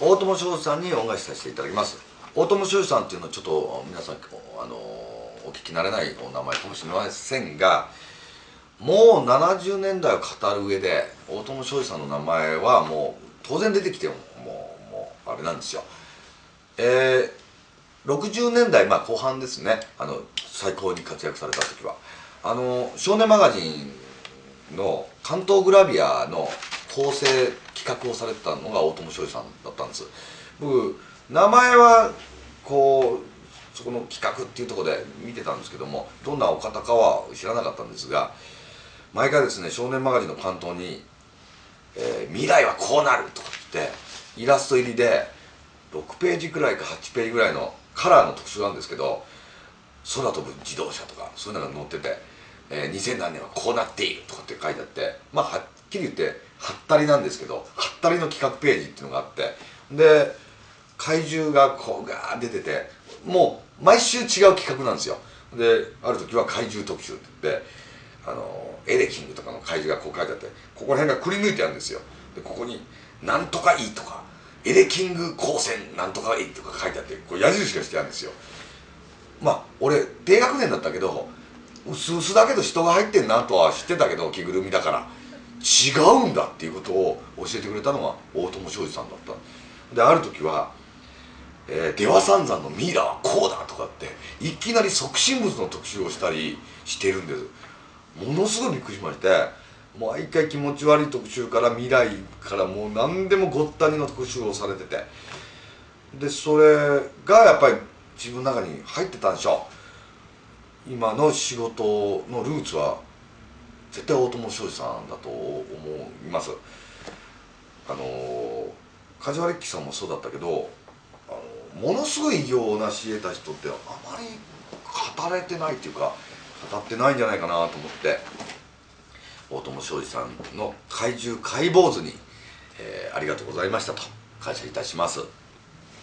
大友庄司さんに恩返しさせていただきます。大友庄司さんっていうのはちょっと皆さんお聞き慣れないお名前かもしれませんが、もう70年代を語る上で大友庄司さんの名前はもう当然出てきてもうあれなんですよ。60年代、後半ですね、最高に活躍された時は少年マガジンの関東グラビアの構成企画をされてたのが大友庄司さんだったんです。僕名前はこうそこの企画っていうところで見てたんですけども、どんなお方かは知らなかったんですが、毎回ですね少年マガジンの関東に未来はこうなるとかってイラスト入りで6ページくらいか8ページぐらいのカラーの特集なんですけど、空飛ぶ自動車とかそういうのが載ってて、2000何年はこうなっているとかって書いてあって、はっきり言ってはったりなんですけど、はったりの企画ページっていうのがあって、で怪獣がこうガーッ出てて、もう毎週違う企画なんですよ。である時は怪獣特集って言ってエレキングとかの怪獣がこう書いてあって、ここら辺がくり抜いてあるんですよ。でここに「なんとかいい」とか「エレキング光線なんとかいい」とか書いてあって、こう矢印がしてあるんですよ。俺低学年だったけどうすうすだけど人が入ってんなとは知ってたけど、着ぐるみだから違うんだっていうことを教えてくれたのが大友庄司さんだった。である時は出羽三山のミイラはこうだとかっていきなり即身仏の特集をしたりしてるんです。ものすごいびっくりしまして、毎回気持ち悪い特集から未来からもう何でもごったにの特集をされてて、でそれがやっぱり自分の中に入ってたんでしょう。今の仕事のルーツは絶対大友庄司さんだと思います。梶原一騎さんもそうだったけど、ものすごい偉業を成し得た人ってあまり語れてないっていうか語ってないんじゃないかなと思って、大友庄司さんの怪獣解剖図に、ありがとうございましたと感謝いたします。